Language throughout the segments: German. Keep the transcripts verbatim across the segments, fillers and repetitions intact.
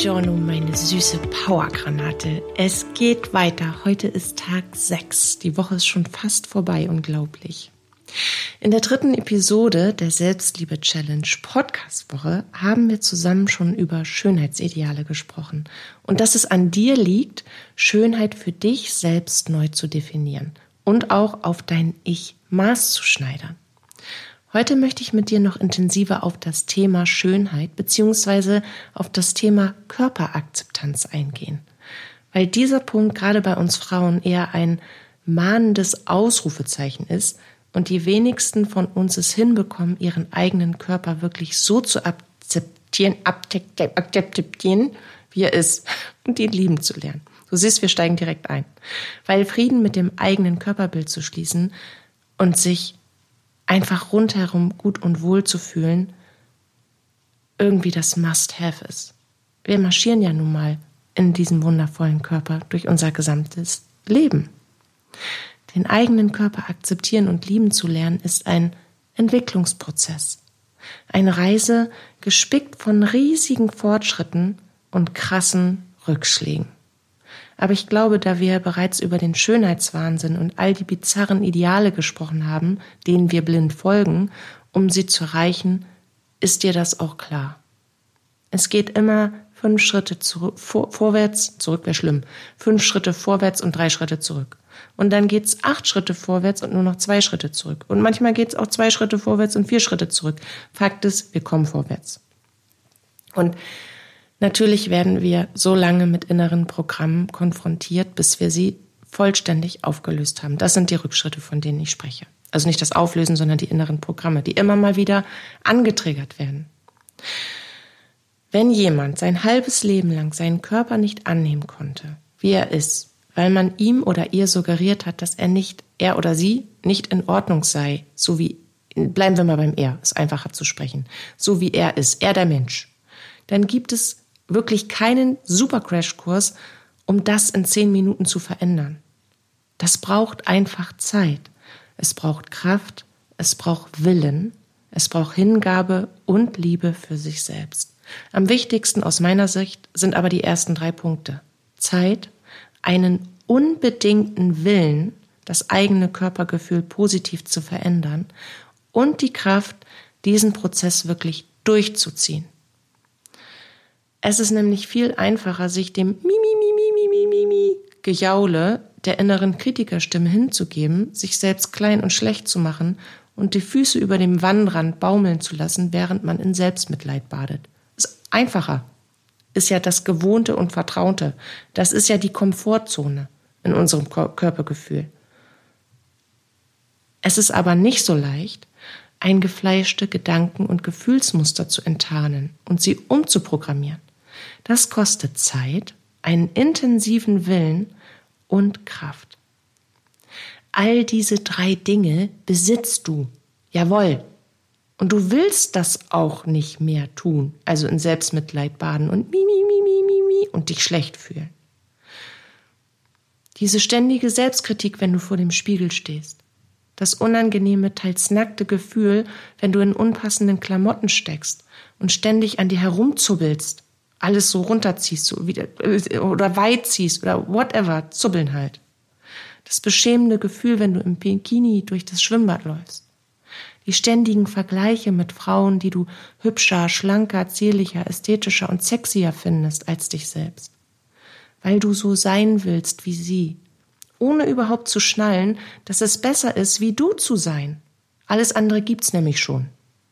Buongiorno, meine süße Powergranate. Es geht weiter. Heute ist Tag sechs. Die Woche ist schon fast vorbei, unglaublich. In der dritten Episode der Selbstliebe-Challenge Podcast-Woche haben wir zusammen schon über Schönheitsideale gesprochen und dass es an dir liegt, Schönheit für dich selbst neu zu definieren und auch auf dein Ich maßzuschneidern. Heute möchte ich mit dir noch intensiver auf das Thema Schönheit bzw. auf das Thema Körperakzeptanz eingehen, weil dieser Punkt gerade bei uns Frauen eher ein mahnendes Ausrufezeichen ist und die wenigsten von uns es hinbekommen, ihren eigenen Körper wirklich so zu akzeptieren, akzeptieren, wie er ist und ihn lieben zu lernen. Du siehst, wir steigen direkt ein, weil Frieden mit dem eigenen Körperbild zu schließen und sich einfach rundherum gut und wohl zu fühlen, irgendwie das Must-Have ist. Wir marschieren ja nun mal in diesem wundervollen Körper durch unser gesamtes Leben. Den eigenen Körper akzeptieren und lieben zu lernen, ist ein Entwicklungsprozess. Eine Reise gespickt von riesigen Fortschritten und krassen Rückschlägen. Aber ich glaube, da wir bereits über den Schönheitswahnsinn und all die bizarren Ideale gesprochen haben, denen wir blind folgen, um sie zu erreichen, ist dir das auch klar. Es geht immer fünf Schritte zurück, vor, vorwärts, zurück wäre schlimm, fünf Schritte vorwärts und drei Schritte zurück. Und dann geht's acht Schritte vorwärts und nur noch zwei Schritte zurück. Und manchmal geht's auch zwei Schritte vorwärts und vier Schritte zurück. Fakt ist, wir kommen vorwärts. Und natürlich werden wir so lange mit inneren Programmen konfrontiert, bis wir sie vollständig aufgelöst haben. Das sind die Rückschritte, von denen ich spreche. Also nicht das Auflösen, sondern die inneren Programme, die immer mal wieder angetriggert werden. Wenn jemand sein halbes Leben lang seinen Körper nicht annehmen konnte, wie er ist, weil man ihm oder ihr suggeriert hat, dass er nicht, er oder sie nicht in Ordnung sei, so wie, bleiben wir mal beim Er, ist einfacher zu sprechen, so wie er ist, er der Mensch, dann gibt es wirklich keinen Super-Crash-Kurs, um das in zehn Minuten zu verändern. Das braucht einfach Zeit. Es braucht Kraft, es braucht Willen, es braucht Hingabe und Liebe für sich selbst. Am wichtigsten aus meiner Sicht sind aber die ersten drei Punkte. Zeit, einen unbedingten Willen, das eigene Körpergefühl positiv zu verändern und die Kraft, diesen Prozess wirklich durchzuziehen. Es ist nämlich viel einfacher, sich dem mi mi mi mi mi mi mi Gejaule der inneren Kritikerstimme hinzugeben, sich selbst klein und schlecht zu machen und die Füße über dem Wannrand baumeln zu lassen, während man in Selbstmitleid badet. Ist einfacher. Ist ja das Gewohnte und Vertraute. Das ist ja die Komfortzone in unserem Körpergefühl. Es ist aber nicht so leicht, eingefleischte Gedanken und Gefühlsmuster zu enttarnen und sie umzuprogrammieren. Das kostet Zeit, einen intensiven Willen und Kraft. All diese drei Dinge besitzt du. Jawohl. Und du willst das auch nicht mehr tun, also in Selbstmitleid baden und mi, mi, mi, mi, mi, mi und dich schlecht fühlen. Diese ständige Selbstkritik, wenn du vor dem Spiegel stehst. Das unangenehme, teils nackte Gefühl, wenn du in unpassenden Klamotten steckst und ständig an dir herumzubbelst, alles so runterziehst so wieder, oder weit ziehst oder whatever, zubbeln halt. Das beschämende Gefühl, wenn du im Bikini durch das Schwimmbad läufst. Die ständigen Vergleiche mit Frauen, die du hübscher, schlanker, zierlicher, ästhetischer und sexier findest als dich selbst. Weil du so sein willst wie sie, ohne überhaupt zu schnallen, dass es besser ist, wie du zu sein. Alles andere gibt's nämlich schon.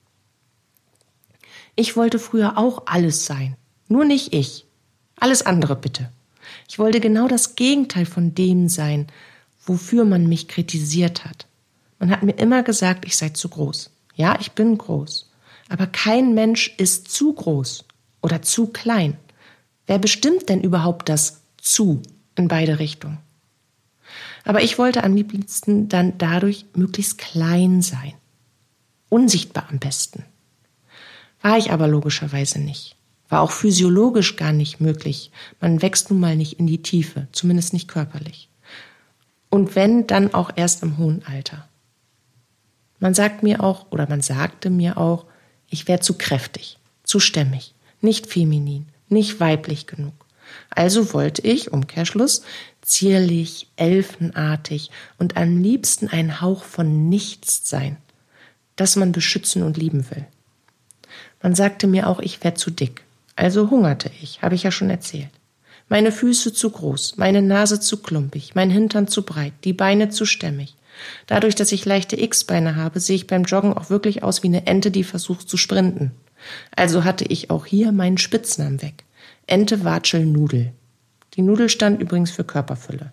Ich wollte früher auch alles sein, nur nicht ich. Alles andere bitte. Ich wollte genau das Gegenteil von dem sein, wofür man mich kritisiert hat. Man hat mir immer gesagt, ich sei zu groß. Ja, ich bin groß. Aber kein Mensch ist zu groß oder zu klein. Wer bestimmt denn überhaupt das zu in beide Richtungen? Aber ich wollte am liebsten dann dadurch möglichst klein sein. Unsichtbar am besten. War ich aber logischerweise nicht. War auch physiologisch gar nicht möglich. Man wächst nun mal nicht in die Tiefe, zumindest nicht körperlich. Und wenn, dann auch erst im hohen Alter. Man sagt mir auch, oder man sagte mir auch, ich wäre zu kräftig, zu stämmig, nicht feminin, nicht weiblich genug. Also wollte ich, Umkehrschluss, zierlich, elfenartig und am liebsten ein Hauch von nichts sein, das man beschützen und lieben will. Man sagte mir auch, ich wäre zu dick. Also hungerte ich, habe ich ja schon erzählt. Meine Füße zu groß, meine Nase zu klumpig, mein Hintern zu breit, die Beine zu stämmig. Dadurch, dass ich leichte X-Beine habe, sehe ich beim Joggen auch wirklich aus wie eine Ente, die versucht zu sprinten. Also hatte ich auch hier meinen Spitznamen weg. Ente Watschel Nudel. Die Nudel stand übrigens für Körperfülle.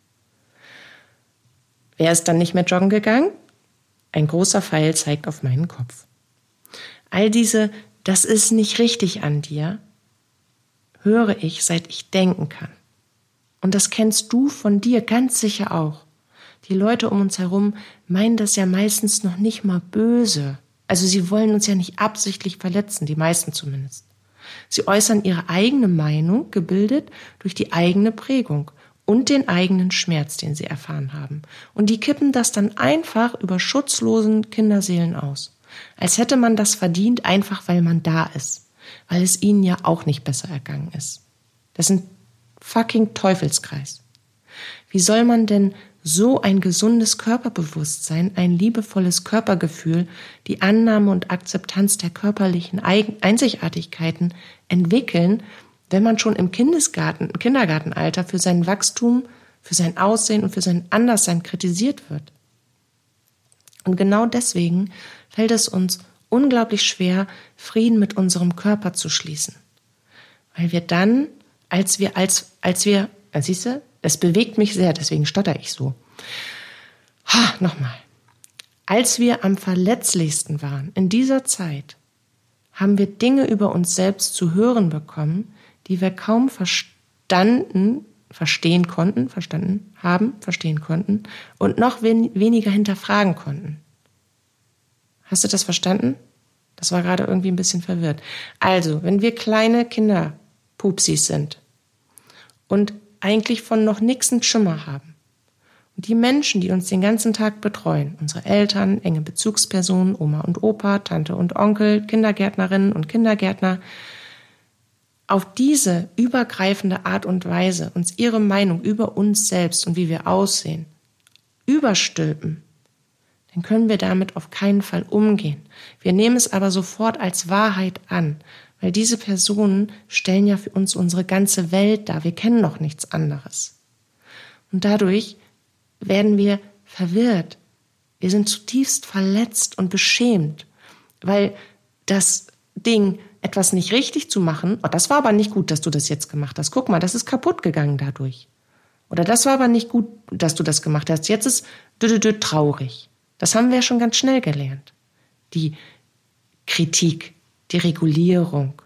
Wer ist dann nicht mehr joggen gegangen? Ein großer Pfeil zeigt auf meinen Kopf. All diese, das ist nicht richtig an dir, höre ich, seit ich denken kann. Und das kennst du von dir ganz sicher auch. Die Leute um uns herum meinen das ja meistens noch nicht mal böse. Also sie wollen uns ja nicht absichtlich verletzen, die meisten zumindest. Sie äußern ihre eigene Meinung, gebildet durch die eigene Prägung und den eigenen Schmerz, den sie erfahren haben. Und die kippen das dann einfach über schutzlosen Kinderseelen aus. Als hätte man das verdient, einfach weil man da ist. Weil es ihnen ja auch nicht besser ergangen ist. Das ist ein fucking Teufelskreis. Wie soll man denn so ein gesundes Körperbewusstsein, ein liebevolles Körpergefühl, die Annahme und Akzeptanz der körperlichen Einzigartigkeiten entwickeln, wenn man schon im Kindesgarten, Kindergartenalter für sein Wachstum, für sein Aussehen und für sein Anderssein kritisiert wird? Und genau deswegen fällt es uns unglaublich schwer, Frieden mit unserem Körper zu schließen. Weil wir dann, als wir, als, als wir, siehst du, es bewegt mich sehr, deswegen stotter ich so. Ha, nochmal. Als wir am verletzlichsten waren, in dieser Zeit, haben wir Dinge über uns selbst zu hören bekommen, die wir kaum verstanden, verstehen konnten, verstanden haben, verstehen konnten und noch wen, weniger hinterfragen konnten. Hast du das verstanden? Das war gerade irgendwie ein bisschen verwirrt. Also, wenn wir kleine Kinderpupsis sind und eigentlich von noch nix einen Schimmer haben und die Menschen, die uns den ganzen Tag betreuen, unsere Eltern, enge Bezugspersonen, Oma und Opa, Tante und Onkel, Kindergärtnerinnen und Kindergärtner, auf diese übergreifende Art und Weise uns ihre Meinung über uns selbst und wie wir aussehen überstülpen, dann können wir damit auf keinen Fall umgehen. Wir nehmen es aber sofort als Wahrheit an, weil diese Personen stellen ja für uns unsere ganze Welt dar. Wir kennen noch nichts anderes. Und dadurch werden wir verwirrt. Wir sind zutiefst verletzt und beschämt, weil das Ding, etwas nicht richtig zu machen, oh, das war aber nicht gut, dass du das jetzt gemacht hast. Guck mal, das ist kaputt gegangen dadurch. Oder das war aber nicht gut, dass du das gemacht hast. Jetzt ist dü, dü, dü, traurig. Das haben wir ja schon ganz schnell gelernt. Die Kritik, die Regulierung.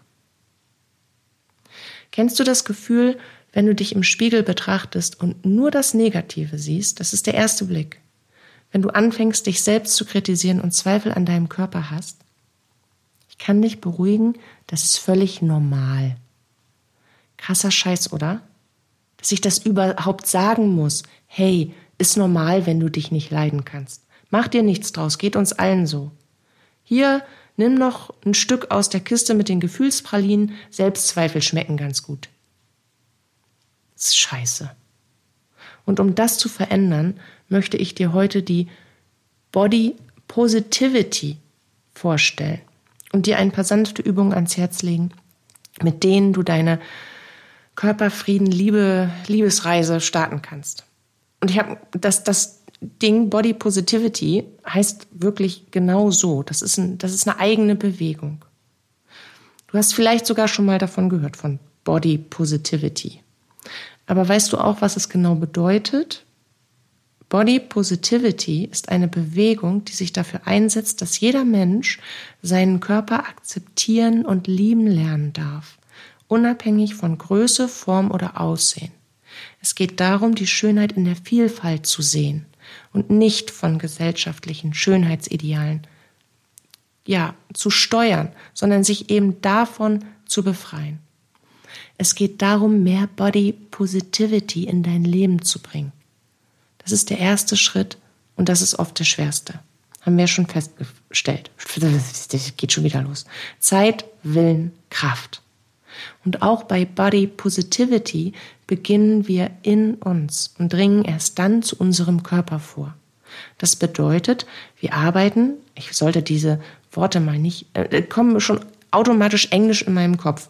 Kennst du das Gefühl, wenn du dich im Spiegel betrachtest und nur das Negative siehst? Das ist der erste Blick. Wenn du anfängst, dich selbst zu kritisieren und Zweifel an deinem Körper hast. Ich kann dich beruhigen, das ist völlig normal. Krasser Scheiß, oder? Dass ich das überhaupt sagen muss. Hey, ist normal, wenn du dich nicht leiden kannst. Mach dir nichts draus, geht uns allen so. Hier, nimm noch ein Stück aus der Kiste mit den Gefühlspralinen. Selbstzweifel schmecken ganz gut. Das ist scheiße. Und um das zu verändern, möchte ich dir heute die Body Positivity vorstellen und dir ein paar sanfte Übungen ans Herz legen, mit denen du deine Körperfrieden, Liebe, Liebesreise starten kannst. Und ich habe das, das Ding Body Positivity heißt wirklich genau so. Das ist, ein, das ist eine eigene Bewegung. Du hast vielleicht sogar schon mal davon gehört, von Body Positivity. Aber weißt du auch, was es genau bedeutet? Body Positivity ist eine Bewegung, die sich dafür einsetzt, dass jeder Mensch seinen Körper akzeptieren und lieben lernen darf, unabhängig von Größe, Form oder Aussehen. Es geht darum, die Schönheit in der Vielfalt zu sehen und nicht von gesellschaftlichen Schönheitsidealen ja, zu steuern, sondern sich eben davon zu befreien. Es geht darum, mehr Body Positivity in dein Leben zu bringen. Das ist der erste Schritt und das ist oft der schwerste. Haben wir schon festgestellt. Das geht schon wieder los. Zeit, Willen, Kraft. Und auch bei Body Positivity beginnen wir in uns und dringen erst dann zu unserem Körper vor. Das bedeutet, wir arbeiten, ich sollte diese Worte mal nicht, äh, kommen schon automatisch Englisch in meinem Kopf,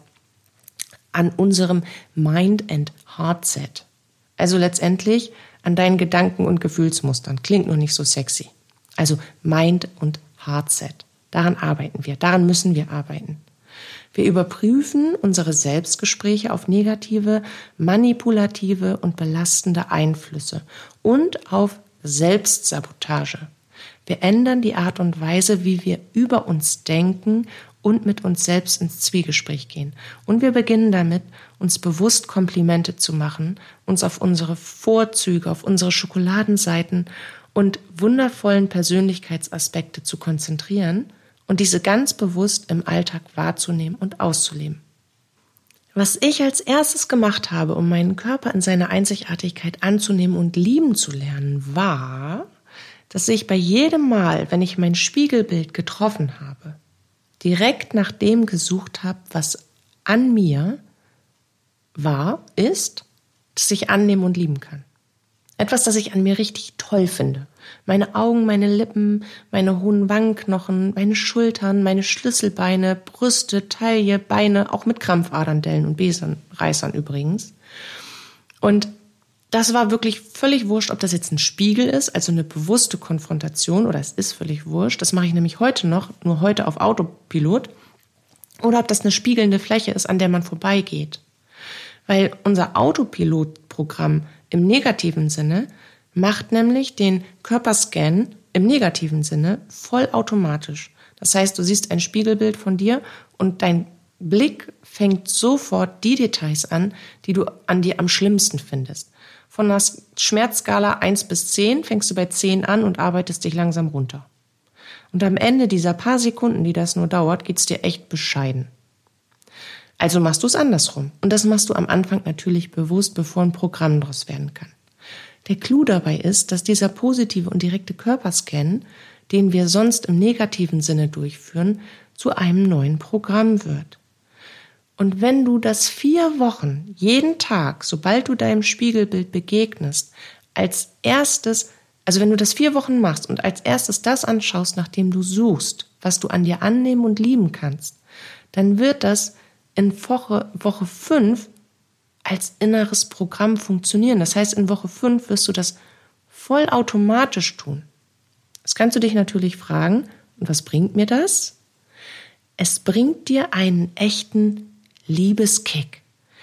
an unserem Mind and Heart Set. Also letztendlich an deinen Gedanken- und Gefühlsmustern. Klingt nur nicht so sexy. Also Mind und Heart Set. Daran arbeiten wir, daran müssen wir arbeiten. Wir überprüfen unsere Selbstgespräche auf negative, manipulative und belastende Einflüsse und auf Selbstsabotage. Wir ändern die Art und Weise, wie wir über uns denken und mit uns selbst ins Zwiegespräch gehen. Und wir beginnen damit, uns bewusst Komplimente zu machen, uns auf unsere Vorzüge, auf unsere Schokoladenseiten und wundervollen Persönlichkeitsaspekte zu konzentrieren und diese ganz bewusst im Alltag wahrzunehmen und auszuleben. Was ich als erstes gemacht habe, um meinen Körper in seiner Einzigartigkeit anzunehmen und lieben zu lernen, war, dass ich bei jedem Mal, wenn ich mein Spiegelbild getroffen habe, direkt nach dem gesucht habe, was an mir war, ist, dass ich annehmen und lieben kann. Etwas, das ich an mir richtig toll finde. Meine Augen, meine Lippen, meine hohen Wangenknochen, meine Schultern, meine Schlüsselbeine, Brüste, Taille, Beine, auch mit Krampfadern, Dellen und Besenreißern übrigens. Und das war wirklich völlig wurscht, ob das jetzt ein Spiegel ist, also eine bewusste Konfrontation, oder es ist völlig wurscht. Das mache ich nämlich heute noch, nur heute auf Autopilot. Oder ob das eine spiegelnde Fläche ist, an der man vorbeigeht. Weil unser Autopilotprogramm im negativen Sinne macht nämlich den Körperscan im negativen Sinne vollautomatisch. Das heißt, du siehst ein Spiegelbild von dir und dein Blick fängt sofort die Details an, die du an dir am schlimmsten findest. Von einer Schmerzskala eins bis zehn fängst du bei zehn an und arbeitest dich langsam runter. Und am Ende dieser paar Sekunden, die das nur dauert, geht's dir echt bescheiden. Also machst du es andersrum. Und das machst du am Anfang natürlich bewusst, bevor ein Programm daraus werden kann. Der Clou dabei ist, dass dieser positive und direkte Körperscan, den wir sonst im negativen Sinne durchführen, zu einem neuen Programm wird. Und wenn du das vier Wochen, jeden Tag, sobald du deinem Spiegelbild begegnest, als erstes, also wenn du das vier Wochen machst und als erstes das anschaust, nach dem du suchst, was du an dir annehmen und lieben kannst, dann wird das in Woche, Woche fünf als inneres Programm funktionieren. Das heißt, in Woche fünf wirst du das vollautomatisch tun. Das kannst du dich natürlich fragen, und was bringt mir das? Es bringt dir einen echten Liebeskick.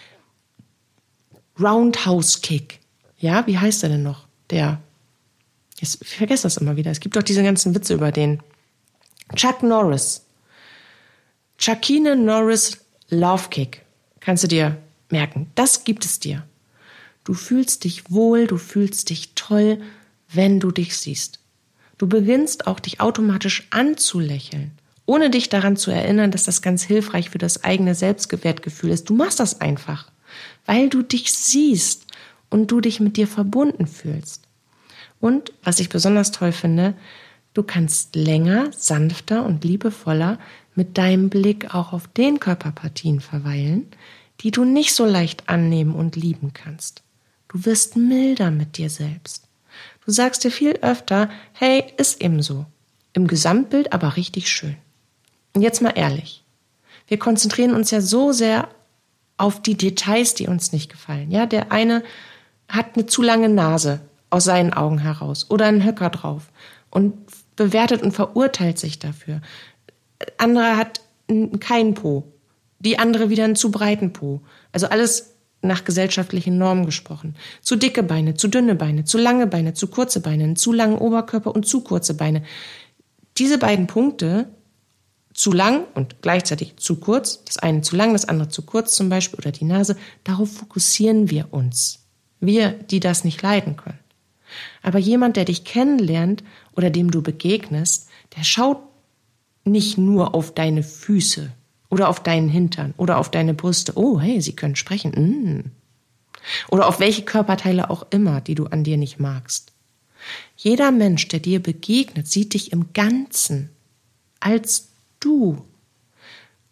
Roundhouse-Kick. Ja, wie heißt er denn noch? Der, ich vergesse das immer wieder. Es gibt doch diese ganzen Witze über den. Chuck Norris. Chuckine Norris Love Kick. Kannst du dir merken. Das gibt es dir. Du fühlst dich wohl, du fühlst dich toll, wenn du dich siehst. Du beginnst auch, dich automatisch anzulächeln, ohne dich daran zu erinnern, dass das ganz hilfreich für das eigene Selbstwertgefühl ist. Du machst das einfach, weil du dich siehst und du dich mit dir verbunden fühlst. Und, was ich besonders toll finde, du kannst länger, sanfter und liebevoller mit deinem Blick auch auf den Körperpartien verweilen, die du nicht so leicht annehmen und lieben kannst. Du wirst milder mit dir selbst. Du sagst dir viel öfter, hey, ist eben so. Im Gesamtbild aber richtig schön. Und jetzt mal ehrlich. Wir konzentrieren uns ja so sehr auf die Details, die uns nicht gefallen. Ja, der eine hat eine zu lange Nase aus seinen Augen heraus oder einen Höcker drauf und bewertet und verurteilt sich dafür. Andere hat keinen Po. Die andere wieder einen zu breiten Po. Also alles nach gesellschaftlichen Normen gesprochen. Zu dicke Beine, zu dünne Beine, zu lange Beine, zu kurze Beine, einen zu langen Oberkörper und zu kurze Beine. Diese beiden Punkte, zu lang und gleichzeitig zu kurz, das eine zu lang, das andere zu kurz zum Beispiel, oder die Nase, darauf fokussieren wir uns. Wir, die das nicht leiden können. Aber jemand, der dich kennenlernt oder dem du begegnest, der schaut nicht nur auf deine Füße oder auf deinen Hintern oder auf deine Brüste. Oh, hey, sie können sprechen. Mm. Oder auf welche Körperteile auch immer, die du an dir nicht magst. Jeder Mensch, der dir begegnet, sieht dich im Ganzen als du.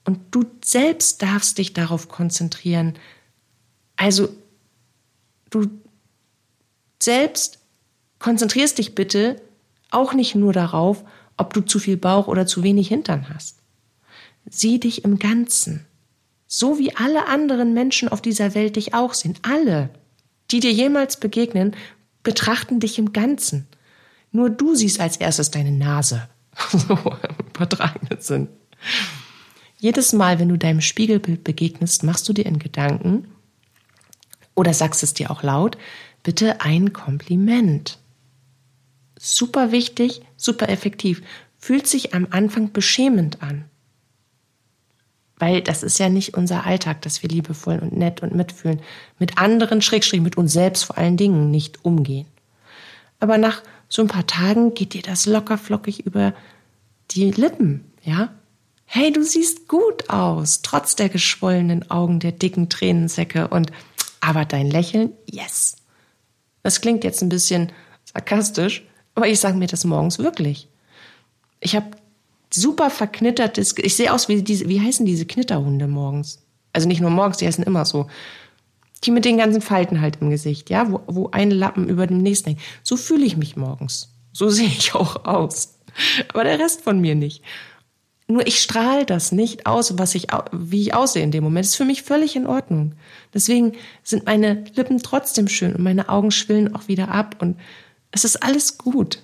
Und du selbst darfst dich darauf konzentrieren. Also du selbst konzentrierst dich bitte auch nicht nur darauf, ob du zu viel Bauch oder zu wenig Hintern hast. Sieh dich im Ganzen. So wie alle anderen Menschen auf dieser Welt dich auch sehen. Alle, die dir jemals begegnen, betrachten dich im Ganzen. Nur du siehst als erstes deine Nase. So im übertragenen Sinn. Jedes Mal, wenn du deinem Spiegelbild begegnest, machst du dir in Gedanken oder sagst es dir auch laut, bitte ein Kompliment. Super wichtig, super effektiv. Fühlt sich am Anfang beschämend an. Weil das ist ja nicht unser Alltag, dass wir liebevoll und nett und mitfühlen, mit anderen, Schrägstrich, mit uns selbst vor allen Dingen nicht umgehen. Aber nach so ein paar Tagen geht dir das locker flockig über die Lippen, ja? Hey, du siehst gut aus, trotz der geschwollenen Augen, der dicken Tränensäcke und, aber dein Lächeln, yes. Das klingt jetzt ein bisschen sarkastisch, aber ich sage mir das morgens wirklich. Ich habe super verknittertes, ich sehe aus wie diese, wie heißen diese Knitterhunde morgens? Also nicht nur morgens, die heißen immer so. Die mit den ganzen Falten halt im Gesicht, ja, wo, wo ein Lappen über dem nächsten hängt. So fühle ich mich morgens. So sehe ich auch aus. Aber der Rest von mir nicht. Nur ich strahle das nicht aus, was ich, wie ich aussehe in dem Moment. Das ist für mich völlig in Ordnung. Deswegen sind meine Lippen trotzdem schön und meine Augen schwillen auch wieder ab und es ist alles gut.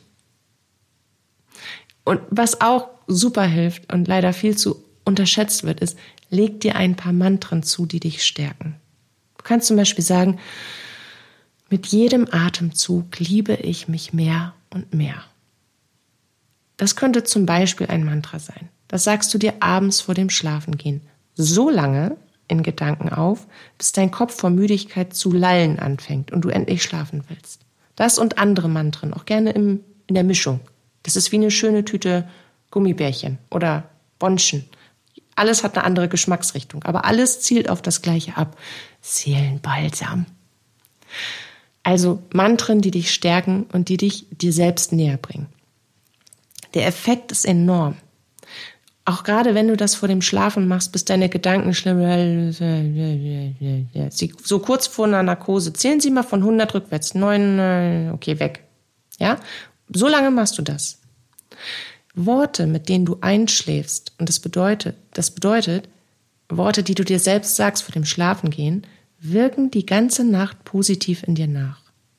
Und was auch super hilft und leider viel zu unterschätzt wird, ist, leg dir ein paar Mantren zu, die dich stärken. Du kannst zum Beispiel sagen, mit jedem Atemzug liebe ich mich mehr und mehr. Das könnte zum Beispiel ein Mantra sein. Das sagst du dir abends vor dem Schlafengehen. So lange in Gedanken auf, bis dein Kopf vor Müdigkeit zu lallen anfängt und du endlich schlafen willst. Das und andere Mantren, auch gerne im, in der Mischung. Das ist wie eine schöne Tüte Gummibärchen oder Bonschen. Alles hat eine andere Geschmacksrichtung, aber alles zielt auf das Gleiche ab. Seelenbalsam. Also Mantren, die dich stärken und die dich dir selbst näher bringen. Der Effekt ist enorm. Auch gerade wenn du das vor dem Schlafen machst, bis deine Gedanken schlimm, so kurz vor einer Narkose, zählen sie mal von hundert rückwärts, neun, okay, weg. Ja, so lange machst du das. Worte, mit denen du einschläfst, und das bedeutet, das bedeutet, Worte, die du dir selbst sagst vor dem Schlafengehen, wirken die ganze Nacht positiv in dir nach.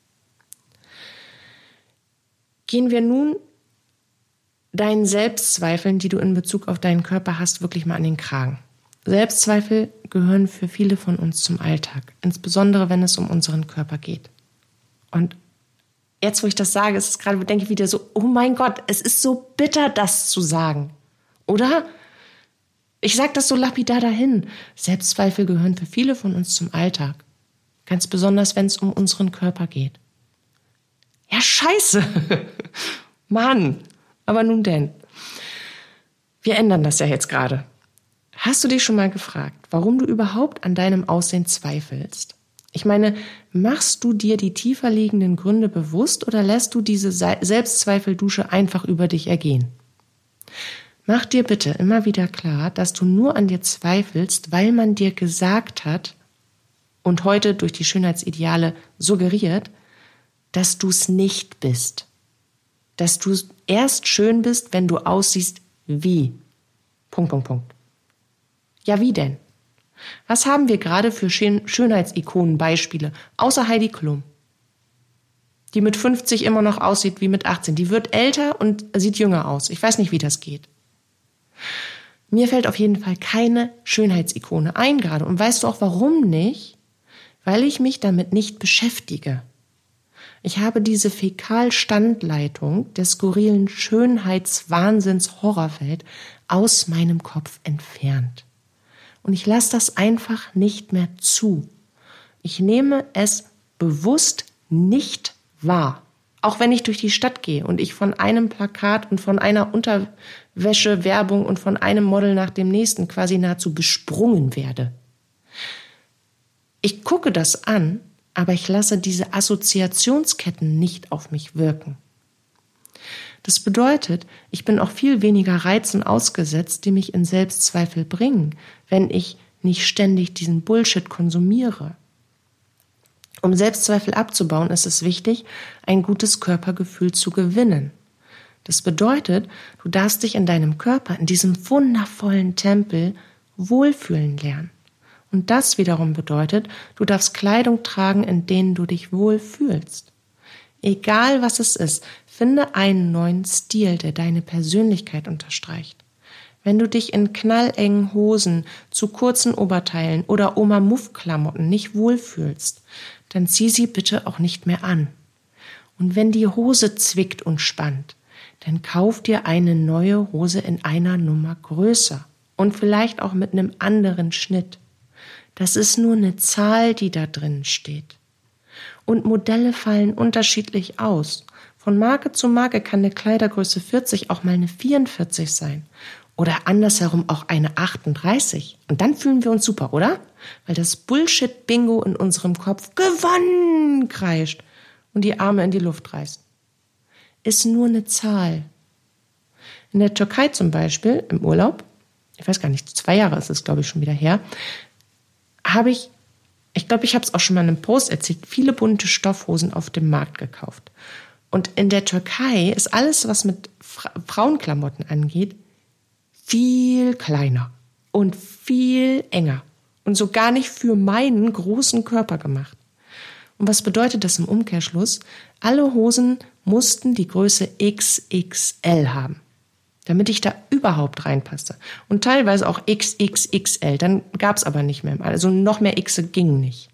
Gehen wir nun deinen Selbstzweifeln, die du in Bezug auf deinen Körper hast, wirklich mal an den Kragen. Selbstzweifel gehören für viele von uns zum Alltag, insbesondere wenn es um unseren Körper geht. Und jetzt, wo ich das sage, ist es gerade, denke ich wieder so, oh mein Gott, es ist so bitter, das zu sagen. Oder? Ich sage das so lapidar dahin. Selbstzweifel gehören für viele von uns zum Alltag. Ganz besonders, wenn es um unseren Körper geht. Ja, scheiße. Mann. Aber nun denn. Wir ändern das ja jetzt gerade. Hast du dich schon mal gefragt, warum du überhaupt an deinem Aussehen zweifelst? Ich meine, machst du dir die tiefer liegenden Gründe bewusst oder lässt du diese Selbstzweifeldusche einfach über dich ergehen? Mach dir bitte immer wieder klar, dass du nur an dir zweifelst, weil man dir gesagt hat und heute durch die Schönheitsideale suggeriert, dass du es nicht bist. Dass du erst schön bist, wenn du aussiehst wie. Punkt, Punkt, Punkt. Ja, wie denn? Was haben wir gerade für Schönheitsikonenbeispiele, außer Heidi Klum, die mit fünfzig immer noch aussieht wie mit achtzehn. Die wird älter und sieht jünger aus. Ich weiß nicht, wie das geht. Mir fällt auf jeden Fall keine Schönheitsikone ein gerade. Und weißt du auch, warum nicht? Weil ich mich damit nicht beschäftige. Ich habe diese Fäkalstandleitung der skurrilen Schönheitswahnsinns-Horrorwelt aus meinem Kopf entfernt. Und ich lasse das einfach nicht mehr zu. Ich nehme es bewusst nicht wahr. Auch wenn ich durch die Stadt gehe und ich von einem Plakat und von einer Unterwäschewerbung und von einem Model nach dem nächsten quasi nahezu besprungen werde. Ich gucke das an, aber ich lasse diese Assoziationsketten nicht auf mich wirken. Das bedeutet, ich bin auch viel weniger Reizen ausgesetzt, die mich in Selbstzweifel bringen, wenn ich nicht ständig diesen Bullshit konsumiere. Um Selbstzweifel abzubauen, ist es wichtig, ein gutes Körpergefühl zu gewinnen. Das bedeutet, du darfst dich in deinem Körper, in diesem wundervollen Tempel, wohlfühlen lernen. Und das wiederum bedeutet, du darfst Kleidung tragen, in denen du dich wohlfühlst. Egal was es ist, finde einen neuen Stil, der deine Persönlichkeit unterstreicht. Wenn du dich in knallengen Hosen, zu kurzen Oberteilen oder Oma-Muff-Klamotten nicht wohlfühlst, dann zieh sie bitte auch nicht mehr an. Und wenn die Hose zwickt und spannt, dann kauf dir eine neue Hose in einer Nummer größer und vielleicht auch mit einem anderen Schnitt. Das ist nur eine Zahl, die da drin steht. Und Modelle fallen unterschiedlich aus. Von Marke zu Marke kann eine Kleidergröße vierzig auch mal eine vierundvierzig sein. Oder andersherum auch eine achtunddreißig. Und dann fühlen wir uns super, oder? Weil das Bullshit-Bingo in unserem Kopf gewonnen kreischt und die Arme in die Luft reißt. Ist nur eine Zahl. In der Türkei zum Beispiel, im Urlaub, ich weiß gar nicht, zwei Jahre ist es, glaube ich, schon wieder her, habe ich, ich glaube, ich habe es auch schon mal in einem Post erzählt, viele bunte Stoffhosen auf dem Markt gekauft. Und in der Türkei ist alles, was mit Fra- Frauenklamotten angeht, viel kleiner und viel enger und so gar nicht für meinen großen Körper gemacht. Und was bedeutet das im Umkehrschluss? Alle Hosen mussten die Größe X X L haben, damit ich da überhaupt reinpasse. Und teilweise auch X X X L, dann gab es aber nicht mehr. Also noch mehr X ging nicht.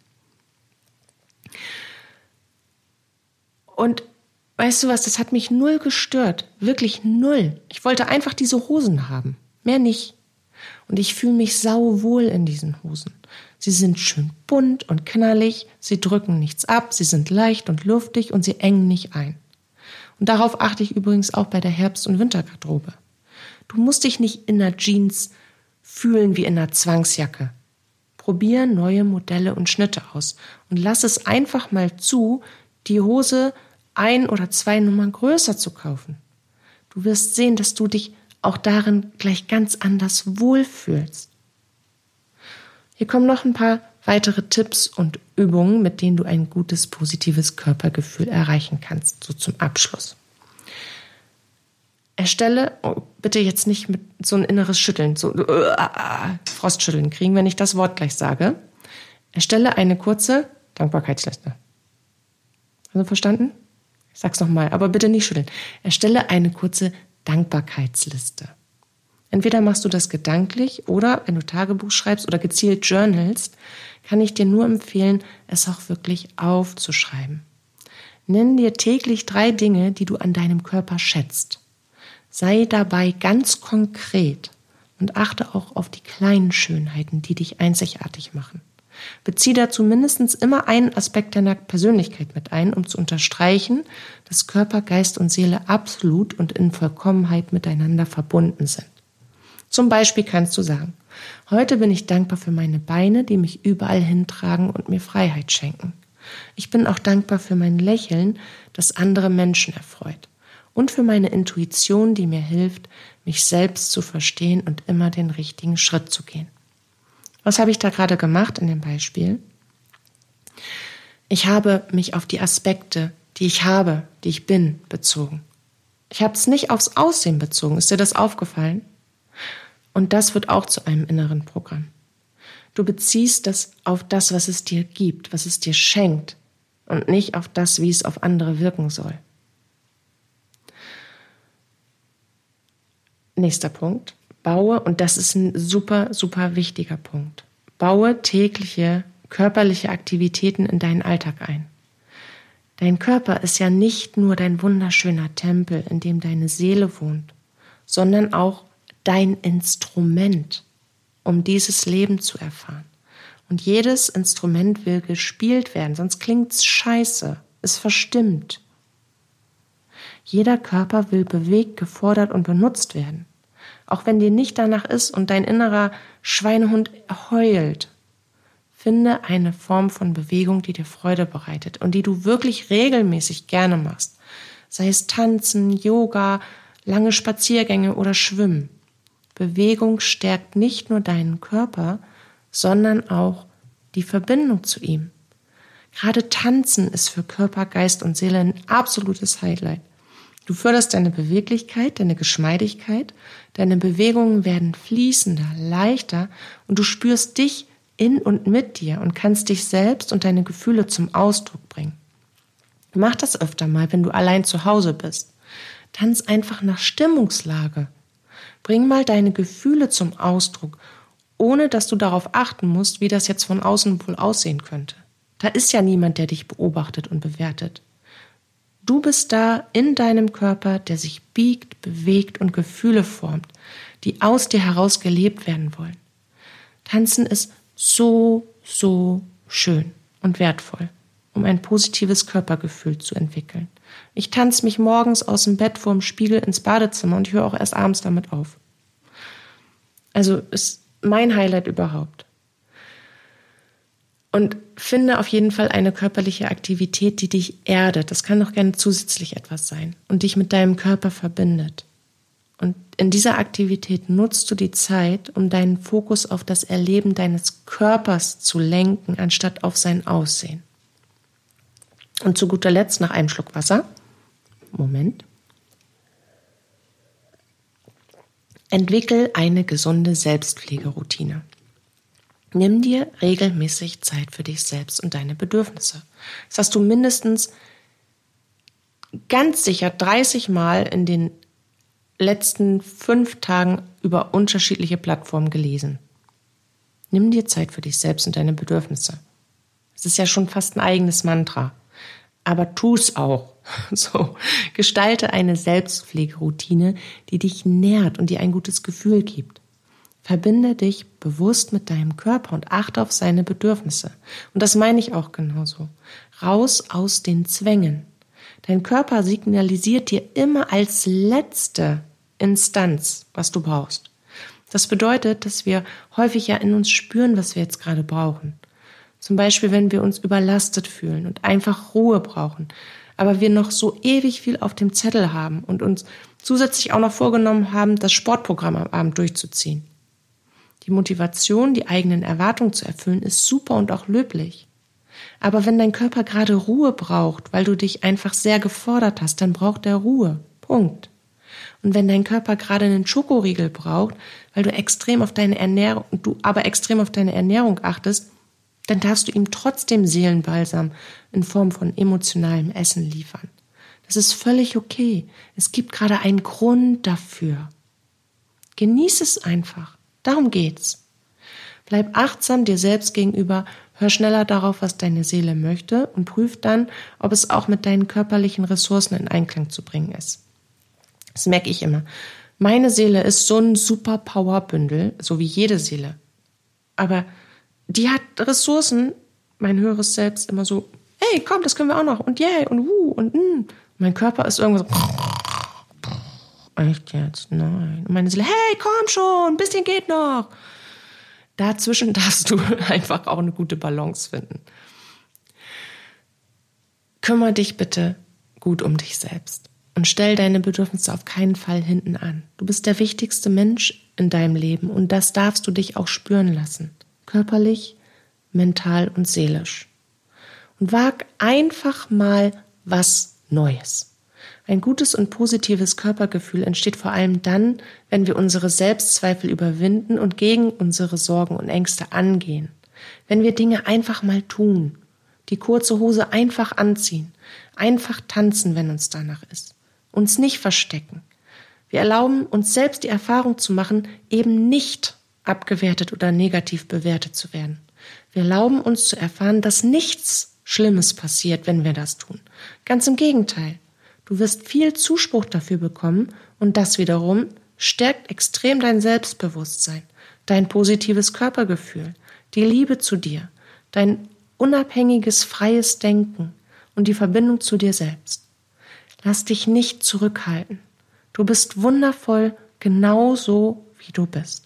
Und weißt du was, das hat mich null gestört. Wirklich null. Ich wollte einfach diese Hosen haben. Mehr nicht. Und ich fühle mich sauwohl in diesen Hosen. Sie sind schön bunt und knallig, sie drücken nichts ab, sie sind leicht und luftig und sie engen nicht ein. Und darauf achte ich übrigens auch bei der Herbst- und Wintergarderobe. Du musst dich nicht in einer Jeans fühlen wie in einer Zwangsjacke. Probier neue Modelle und Schnitte aus und lass es einfach mal zu, die Hose ein oder zwei Nummern größer zu kaufen. Du wirst sehen, dass du dich auch darin gleich ganz anders wohlfühlst. Hier kommen noch ein paar weitere Tipps und Übungen, mit denen du ein gutes, positives Körpergefühl erreichen kannst, so zum Abschluss. Erstelle, oh, bitte jetzt nicht mit so ein inneres Schütteln, so uh, uh, Frostschütteln kriegen, wenn ich das Wort gleich sage. Erstelle eine kurze Dankbarkeitsliste. Hast du verstanden? Ich sag's nochmal, aber bitte nicht schütteln. Erstelle eine kurze Dankbarkeitsliste. Entweder machst du das gedanklich oder wenn du Tagebuch schreibst oder gezielt journalst, kann ich dir nur empfehlen, es auch wirklich aufzuschreiben. Nenn dir täglich drei Dinge, die du an deinem Körper schätzt. Sei dabei ganz konkret und achte auch auf die kleinen Schönheiten, die dich einzigartig machen. Bezieh dazu mindestens immer einen Aspekt deiner Persönlichkeit mit ein, um zu unterstreichen, dass Körper, Geist und Seele absolut und in Vollkommenheit miteinander verbunden sind. Zum Beispiel kannst du sagen, heute bin ich dankbar für meine Beine, die mich überall hintragen und mir Freiheit schenken. Ich bin auch dankbar für mein Lächeln, das andere Menschen erfreut. Und für meine Intuition, die mir hilft, mich selbst zu verstehen und immer den richtigen Schritt zu gehen. Was habe ich da gerade gemacht in dem Beispiel? Ich habe mich auf die Aspekte, die ich habe, die ich bin, bezogen. Ich habe es nicht aufs Aussehen bezogen. Ist dir das aufgefallen? Und das wird auch zu einem inneren Programm. Du beziehst das auf das, was es dir gibt, was es dir schenkt und nicht auf das, wie es auf andere wirken soll. Nächster Punkt. Baue, und das ist ein super, super wichtiger Punkt, baue tägliche körperliche Aktivitäten in deinen Alltag ein. Dein Körper ist ja nicht nur dein wunderschöner Tempel, in dem deine Seele wohnt, sondern auch dein Instrument, um dieses Leben zu erfahren. Und jedes Instrument will gespielt werden, sonst klingt's scheiße, ist verstimmt. Jeder Körper will bewegt, gefordert und benutzt werden. Auch wenn dir nicht danach ist und dein innerer Schweinehund heult, finde eine Form von Bewegung, die dir Freude bereitet und die du wirklich regelmäßig gerne machst. sei es Tanzen, Yoga, lange Spaziergänge oder Schwimmen. Bewegung stärkt nicht nur deinen Körper, sondern auch die Verbindung zu ihm. Gerade Tanzen ist für Körper, Geist und Seele ein absolutes Highlight. Du förderst deine Beweglichkeit, deine Geschmeidigkeit, deine Bewegungen werden fließender, leichter und du spürst dich in und mit dir und kannst dich selbst und deine Gefühle zum Ausdruck bringen. Mach das öfter mal, wenn du allein zu Hause bist. Tanz einfach nach Stimmungslage. Bring mal deine Gefühle zum Ausdruck, ohne dass du darauf achten musst, wie das jetzt von außen wohl aussehen könnte. Da ist ja niemand, der dich beobachtet und bewertet. Du bist da in deinem Körper, der sich biegt, bewegt und Gefühle formt, die aus dir heraus gelebt werden wollen. Tanzen ist so, so schön und wertvoll, um ein positives Körpergefühl zu entwickeln. Ich tanze mich morgens aus dem Bett vorm Spiegel ins Badezimmer und ich höre auch erst abends damit auf. Also ist mein Highlight überhaupt. Und finde auf jeden Fall eine körperliche Aktivität, die dich erdet. Das kann doch gerne zusätzlich etwas sein und dich mit deinem Körper verbindet. Und in dieser Aktivität nutzt du die Zeit, um deinen Fokus auf das Erleben deines Körpers zu lenken, anstatt auf sein Aussehen. Und zu guter Letzt nach einem Schluck Wasser. Moment. Entwickel eine gesunde Selbstpflegeroutine. Nimm dir regelmäßig Zeit für dich selbst und deine Bedürfnisse. Das hast du mindestens ganz sicher dreißig Mal in den letzten fünf Tagen über unterschiedliche Plattformen gelesen. Nimm dir Zeit für dich selbst und deine Bedürfnisse. Das ist ja schon fast ein eigenes Mantra. Aber tu's auch. So, gestalte eine Selbstpflegeroutine, die dich nährt und dir ein gutes Gefühl gibt. Verbinde dich bewusst mit deinem Körper und achte auf seine Bedürfnisse. Und das meine ich auch genauso. Raus aus den Zwängen. Dein Körper signalisiert dir immer als letzte Instanz, was du brauchst. Das bedeutet, dass wir häufig ja in uns spüren, was wir jetzt gerade brauchen. Zum Beispiel, wenn wir uns überlastet fühlen und einfach Ruhe brauchen, aber wir noch so ewig viel auf dem Zettel haben und uns zusätzlich auch noch vorgenommen haben, das Sportprogramm am Abend durchzuziehen. Die Motivation, die eigenen Erwartungen zu erfüllen, ist super und auch löblich. Aber wenn dein Körper gerade Ruhe braucht, weil du dich einfach sehr gefordert hast, dann braucht er Ruhe. Punkt. Und wenn dein Körper gerade einen Schokoriegel braucht, weil du extrem auf deine Ernährung, du aber extrem auf deine Ernährung achtest, dann darfst du ihm trotzdem Seelenbalsam in Form von emotionalem Essen liefern. Das ist völlig okay. Es gibt gerade einen Grund dafür. Genieß es einfach. Darum geht's. Bleib achtsam dir selbst gegenüber, hör schneller darauf, was deine Seele möchte und prüf dann, ob es auch mit deinen körperlichen Ressourcen in Einklang zu bringen ist. Das merke ich immer. Meine Seele ist so ein super Powerbündel, so wie jede Seele. Aber die hat Ressourcen, mein höheres Selbst immer so, hey, komm, das können wir auch noch und yay und wuh und mm. Mein Körper ist irgendwo so, echt jetzt? Nein. Und meine Seele, hey, komm schon, ein bisschen geht noch. Dazwischen darfst du einfach auch eine gute Balance finden. Kümmere dich bitte gut um dich selbst und stell deine Bedürfnisse auf keinen Fall hinten an. Du bist der wichtigste Mensch in deinem Leben und das darfst du dich auch spüren lassen. Körperlich, mental und seelisch. Und wag einfach mal was Neues. Ein gutes und positives Körpergefühl entsteht vor allem dann, wenn wir unsere Selbstzweifel überwinden und gegen unsere Sorgen und Ängste angehen. Wenn wir Dinge einfach mal tun, die kurze Hose einfach anziehen, einfach tanzen, wenn uns danach ist, uns nicht verstecken. Wir erlauben uns selbst die Erfahrung zu machen, eben nicht abgewertet oder negativ bewertet zu werden. Wir erlauben uns zu erfahren, dass nichts Schlimmes passiert, wenn wir das tun. Ganz im Gegenteil. Du wirst viel Zuspruch dafür bekommen und das wiederum stärkt extrem dein Selbstbewusstsein, dein positives Körpergefühl, die Liebe zu dir, dein unabhängiges, freies Denken und die Verbindung zu dir selbst. Lass dich nicht zurückhalten. Du bist wundervoll, genauso wie du bist.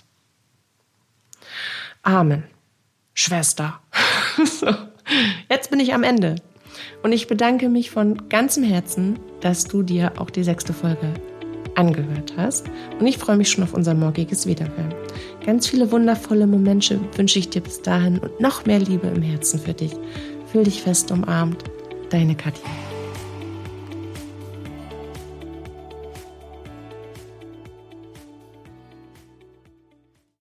Amen. Schwester. So, jetzt bin ich am Ende. Und ich bedanke mich von ganzem Herzen, dass du dir auch die sechste Folge angehört hast. Und ich freue mich schon auf unser morgiges Wiederhören. Ganz viele wundervolle Momente wünsche ich dir bis dahin und noch mehr Liebe im Herzen für dich. Fühl dich fest umarmt. Deine Katja.